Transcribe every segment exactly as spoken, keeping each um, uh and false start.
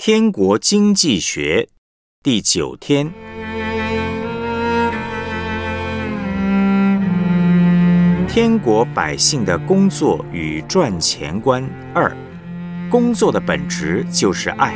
天国经济学第九天，天国百姓的工作与赚钱观二，工作的本质就是爱。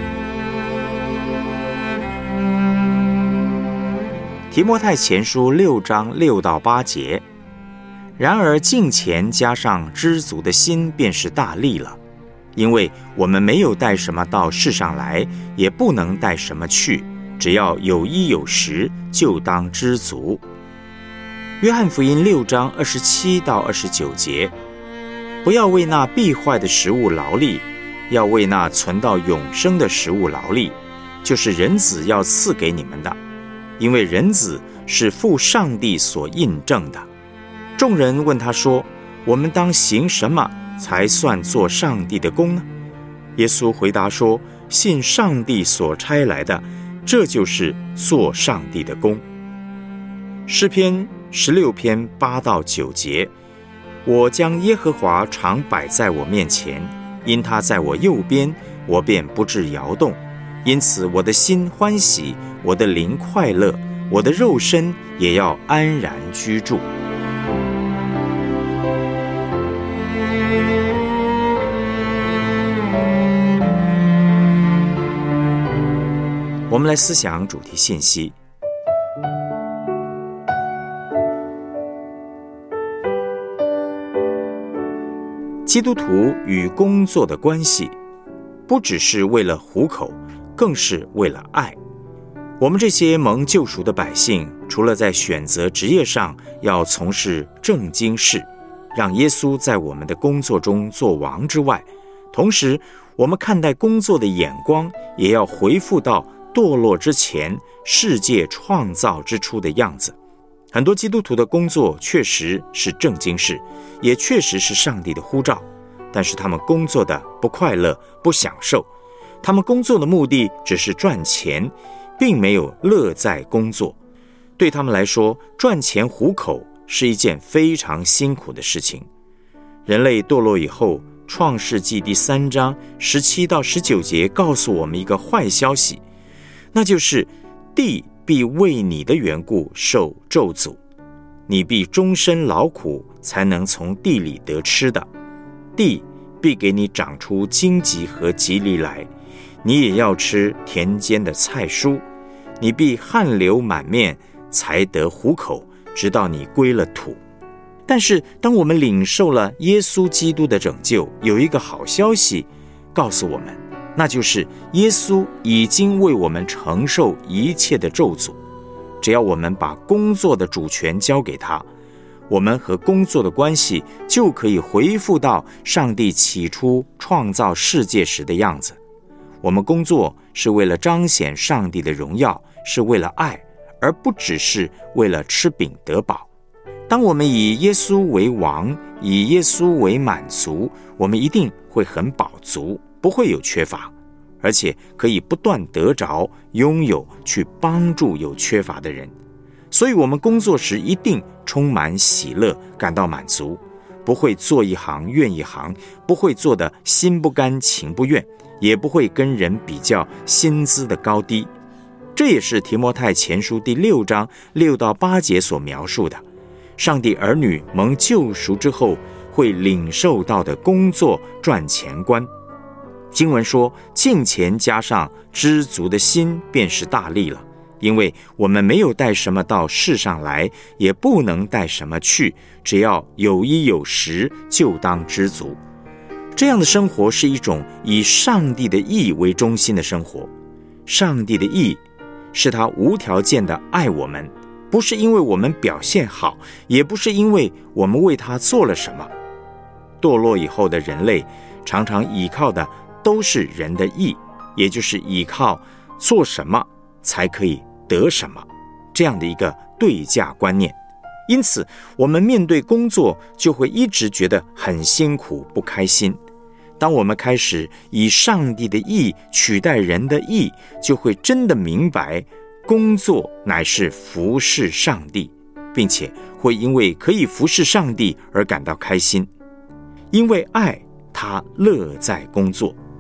提摩太前书六章六到八节，然而敬虔加上知足的心，便是大利了。因为我们没有带什么到世上来，也不能带什么去，只要有衣有食，就当知足。约翰福音六章二十七到二十九节，不要为那必坏的食物劳力，要为那存到永生的食物劳力，就是人子要赐给你们的，因为人子是父上帝所印证的。众人问他说，我们当行什么才算做上帝的工呢？耶稣回答说，信上帝所差来的，这就是做上帝的工。诗篇十六篇八到九节，我将耶和华常摆在我面前，因他在我右边，我便不致摇动。因此我的心欢喜，我的灵快乐，我的肉身也要安然居住。我们来思想主题信息。基督徒与工作的关系，不只是为了糊口，更是为了爱。我们这些蒙救赎的百姓，除了在选择职业上要从事正经事，让耶稣在我们的工作中做王之外，同时我们看待工作的眼光，也要回复到堕落之前世界创造之初的样子。很多基督徒的工作确实是正经事，也确实是上帝的呼召，但是他们工作的不快乐，不享受。他们工作的目的只是赚钱，并没有乐在工作。对他们来说，赚钱糊口是一件非常辛苦的事情。人类堕落以后，创世纪第三章十七到十九节告诉我们一个坏消息，那就是地必为你的缘故受咒诅，你必终身劳苦，才能从地里得吃的。地必给你长出荆棘和棘藜来，你也要吃田间的菜蔬。你必汗流满面，才得糊口，直到你归了土。但是当我们领受了耶稣基督的拯救，有一个好消息告诉我们，那就是耶稣已经为我们承受一切的咒诅。只要我们把工作的主权交给他，我们和工作的关系就可以恢复到上帝起初创造世界时的样子。我们工作是为了彰显上帝的荣耀，是为了爱，而不只是为了吃饼得饱。当我们以耶稣为王，以耶稣为满足，我们一定会很饱足，不会有缺乏，而且可以不断得着、拥有，去帮助有缺乏的人。所以我们工作时一定充满喜乐，感到满足，不会做一行怨一行，不会做得心不甘情不愿，也不会跟人比较薪资的高低。这也是提摩太前书第六章六到八节所描述的，上帝儿女蒙救赎之后会领受到的工作赚钱观。经文说，敬虔加上知足的心，便是大利了。因为我们没有带什么到世上来，也不能带什么去，只要有衣有食，就当知足。这样的生活是一种以上帝的义为中心的生活。上帝的义是他无条件的爱我们，不是因为我们表现好，也不是因为我们为他做了什么。堕落以后的人类常常依靠的都是人的义，也就是依靠做什么才可以得什么，这样的一个对价观念。因此我们面对工作就会一直觉得很辛苦不开心。当我们开始以上帝的义取代人的义，就会真的明白工作乃是服侍上帝，并且会因为可以服侍上帝而感到开心。因为爱，他乐在工作。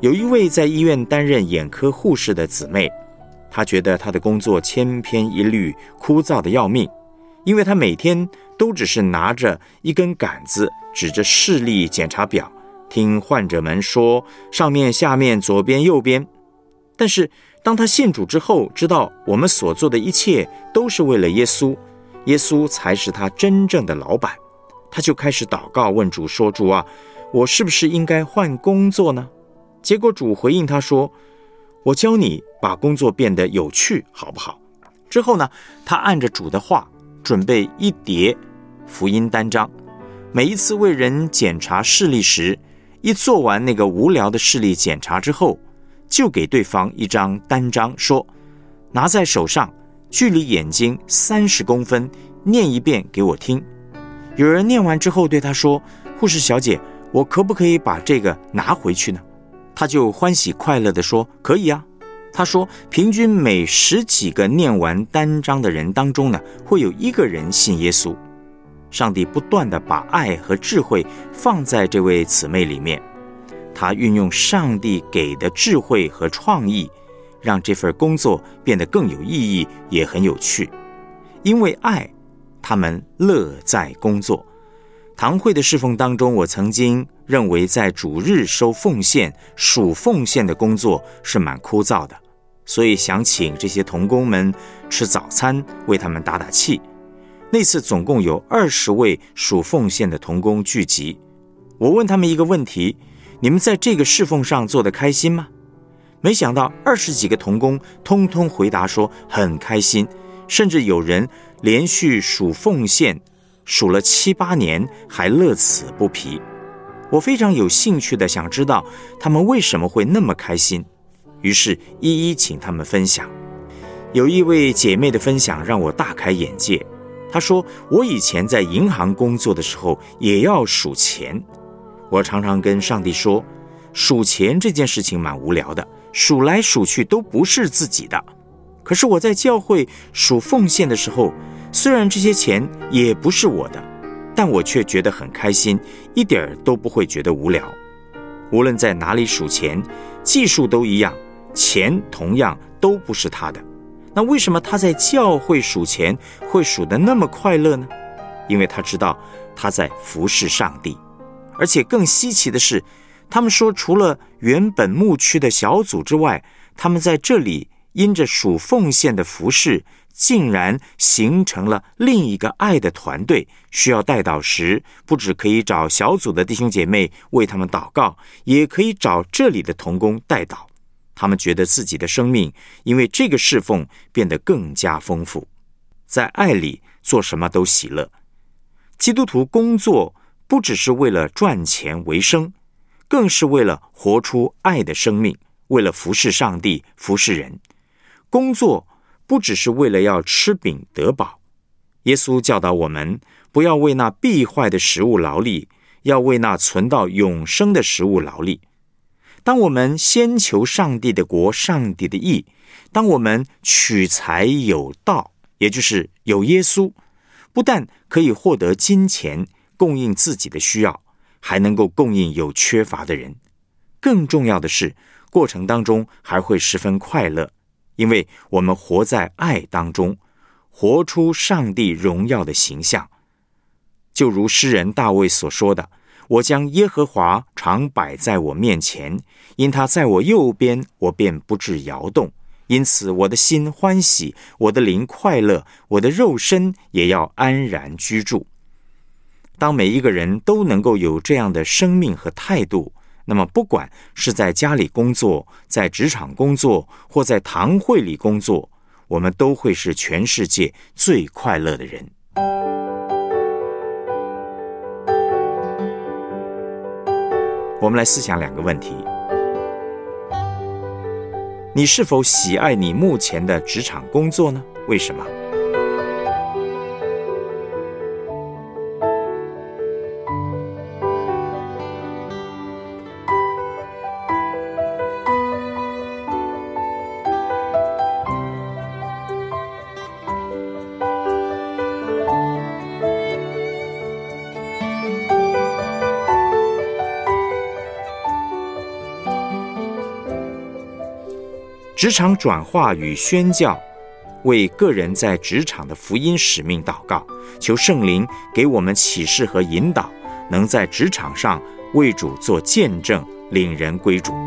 有一位在医院担任眼科护士的姊妹，她觉得她的工作千篇一律，枯燥的要命，因为她每天都只是拿着一根杆子，指着视力检查表，听患者们说上面下面左边右边。但是当她信主之后，知道我们所做的一切都是为了耶稣，耶稣才是她真正的老板，她就开始祷告，问主说，主啊，我是不是应该换工作呢？结果主回应她说，我教你把工作变得有趣好不好？之后呢，她按着主的话准备一叠福音单张，每一次为人检查视力时，一做完那个无聊的视力检查之后，就给对方一张单张，说拿在手上，距离眼睛三十公分，念一遍给我听。有人念完之后对他说，护士小姐，我可不可以把这个拿回去呢？他就欢喜快乐地说，可以啊。他说，平均每十几个念完单张的人当中呢，会有一个人信耶稣。上帝不断地把爱和智慧放在这位姊妹里面，他运用上帝给的智慧和创意，让这份工作变得更有意义，也很有趣。因为爱，他们乐在工作。堂会的侍奉当中，我曾经认为在主日收奉献、数奉献的工作是蛮枯燥的，所以想请这些同工们吃早餐，为他们打打气。那次总共有二十位数奉献的同工聚集，我问他们一个问题，你们在这个侍奉上做得开心吗？没想到二十几个同工通通回答说很开心，甚至有人连续数奉献数了七八年，还乐此不疲。我非常有兴趣的想知道他们为什么会那么开心，于是一一请他们分享。有一位姐妹的分享让我大开眼界，她说，我以前在银行工作的时候也要数钱，我常常跟上帝说，数钱这件事情蛮无聊的，数来数去都不是自己的。可是我在教会数奉献的时候，虽然这些钱也不是我的，但我却觉得很开心，一点都不会觉得无聊。无论在哪里数钱，技术都一样，钱同样都不是他的。那为什么他在教会数钱会数得那么快乐呢？因为他知道他在服侍上帝。而且更稀奇的是，他们说除了原本牧区的小组之外，他们在这里因着数奉献的服侍，竟然形成了另一个爱的团队。需要代祷时，不只可以找小组的弟兄姐妹为他们祷告，也可以找这里的同工代祷。他们觉得自己的生命因为这个侍奉变得更加丰富，在爱里做什么都喜乐。基督徒工作不只是为了赚钱为生，更是为了活出爱的生命，为了服侍上帝，服侍人。工作不只是为了要吃饼得饱，耶稣教导我们不要为那必坏的食物劳力，要为那存到永生的食物劳力。当我们先求上帝的国，上帝的义，当我们取财有道，也就是有耶稣，不但可以获得金钱供应自己的需要，还能够供应有缺乏的人。更重要的是，过程当中还会十分快乐，因为我们活在爱当中，活出上帝荣耀的形象。就如诗人大卫所说的，我将耶和华常摆在我面前，因他在我右边，我便不致摇动。因此我的心欢喜，我的灵快乐，我的肉身也要安然居住。当每一个人都能够有这样的生命和态度，那么不管是在家里工作，在职场工作，或在堂会里工作，我们都会是全世界最快乐的人。我们来思想两个问题：你是否喜爱你目前的职场工作呢？为什么？ 职场转化与宣教，为个人在职场的福音使命祷告，求圣灵给我们启示和引导，能在职场上为主做见证，领人归主。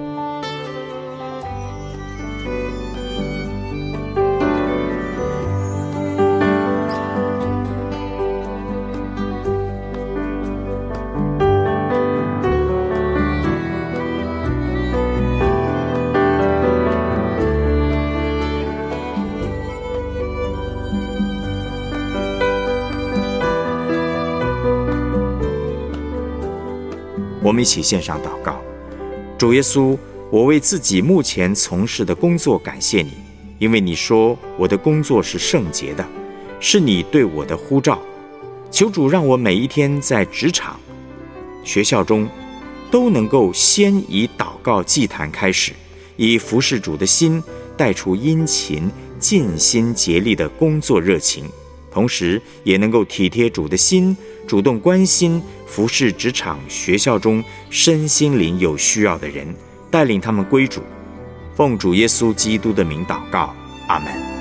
我们一起献上祷告。主耶稣，我为自己目前从事的工作感谢你，因为你说我的工作是圣洁的，是你对我的呼召。求主让我每一天在职场、学校中都能够先以祷告祭坛开始，以服侍主的心带出殷勤、尽心竭力的工作热情，同时也能够体贴主的心，主动关心服侍职场、学校中身心灵有需要的人，带领他们归主。奉主耶稣基督的名祷告，阿们。